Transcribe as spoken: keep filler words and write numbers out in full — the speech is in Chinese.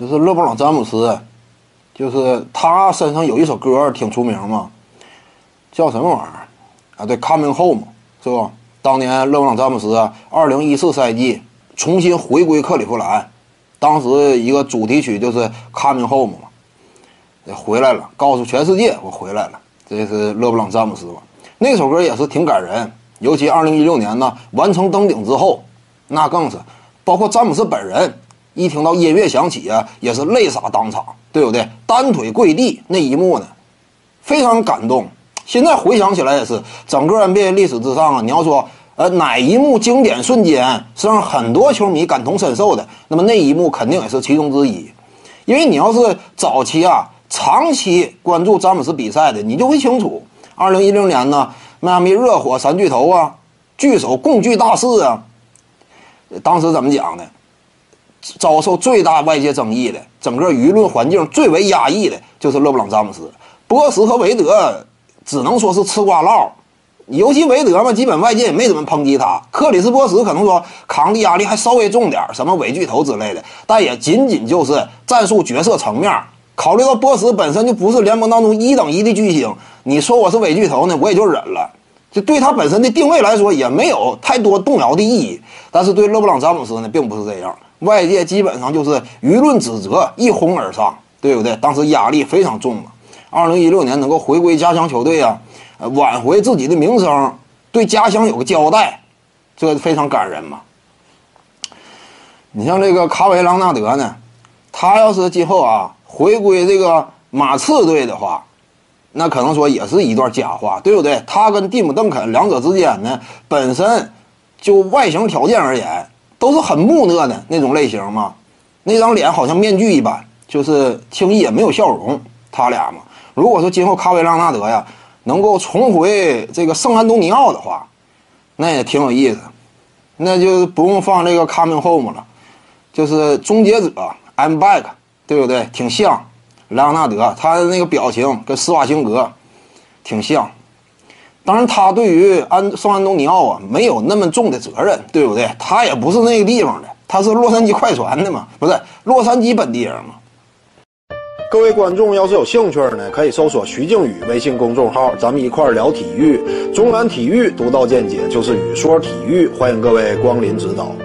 就是勒布朗詹姆斯，就是他身上有一首歌挺出名嘛，叫什么玩意儿啊？对 ，Coming Home 是吧？当年勒布朗詹姆斯啊，二零一四赛季重新回归克利夫兰，当时一个主题曲就是 Coming Home 嘛，回来了，告诉全世界我回来了，这是勒布朗詹姆斯嘛。那首歌也是挺感人，尤其二零一六年呢完成登顶之后，那更是，包括詹姆斯本人一听到音乐响起啊，也是泪洒当场，对不对？单腿跪地那一幕呢，非常感动。现在回想起来也是，整个 N B A 历史之上啊，你要说呃哪一幕经典瞬间是让很多球迷感同身受的，那么那一幕肯定也是其中之一。因为你要是早期啊长期关注詹姆斯比赛的，你就会清楚，二零一零年呢迈阿密热火三巨头啊，聚首共聚大事啊，当时怎么讲呢？遭受最大外界争议的，整个舆论环境最为压抑的就是勒布朗詹姆斯。波什和韦德只能说是吃瓜唠，尤其韦德嘛，基本外界也没怎么抨击他。克里斯波什可能说扛的压力还稍微重点，什么伪巨头之类的，但也仅仅就是战术角色层面。考虑到波什本身就不是联盟当中一等一的巨星，你说我是伪巨头呢，我也就忍了。就对他本身的定位来说，也没有太多动摇的意义。但是对勒布朗詹姆斯呢，并不是这样，外界基本上就是舆论指责一哄而上，对不对？当时压力非常重嘛。二零一六年能够回归家乡球队啊，呃，挽回自己的名声，对家乡有个交代，这个非常感人嘛。你像这个卡维朗纳德呢，他要是今后啊回归这个马刺队的话，那可能说也是一段假话，对不对？他跟蒂姆·邓肯两者之间呢，本身就外形条件而言，都是很木讷的那种类型嘛。那张脸好像面具一般，就是轻易也没有笑容。他俩嘛，如果说今后卡维朗纳德呀能够重回这个圣安东尼奥的话，那也挺有意思。那就不用放这个 Coming Home 了，就是终结者 I'm Back， 对不对？挺像。莱昂纳德他的那个表情跟施瓦辛格挺像，当然他对于安圣安东尼奥啊没有那么重的责任，对不对？他也不是那个地方的，他是洛杉矶快船的嘛，不是洛杉矶本地人嘛。各位观众要是有兴趣呢，可以搜索徐静宇微信公众号，咱们一块聊体育，中南体育独到见解就是语说体育，欢迎各位光临指导。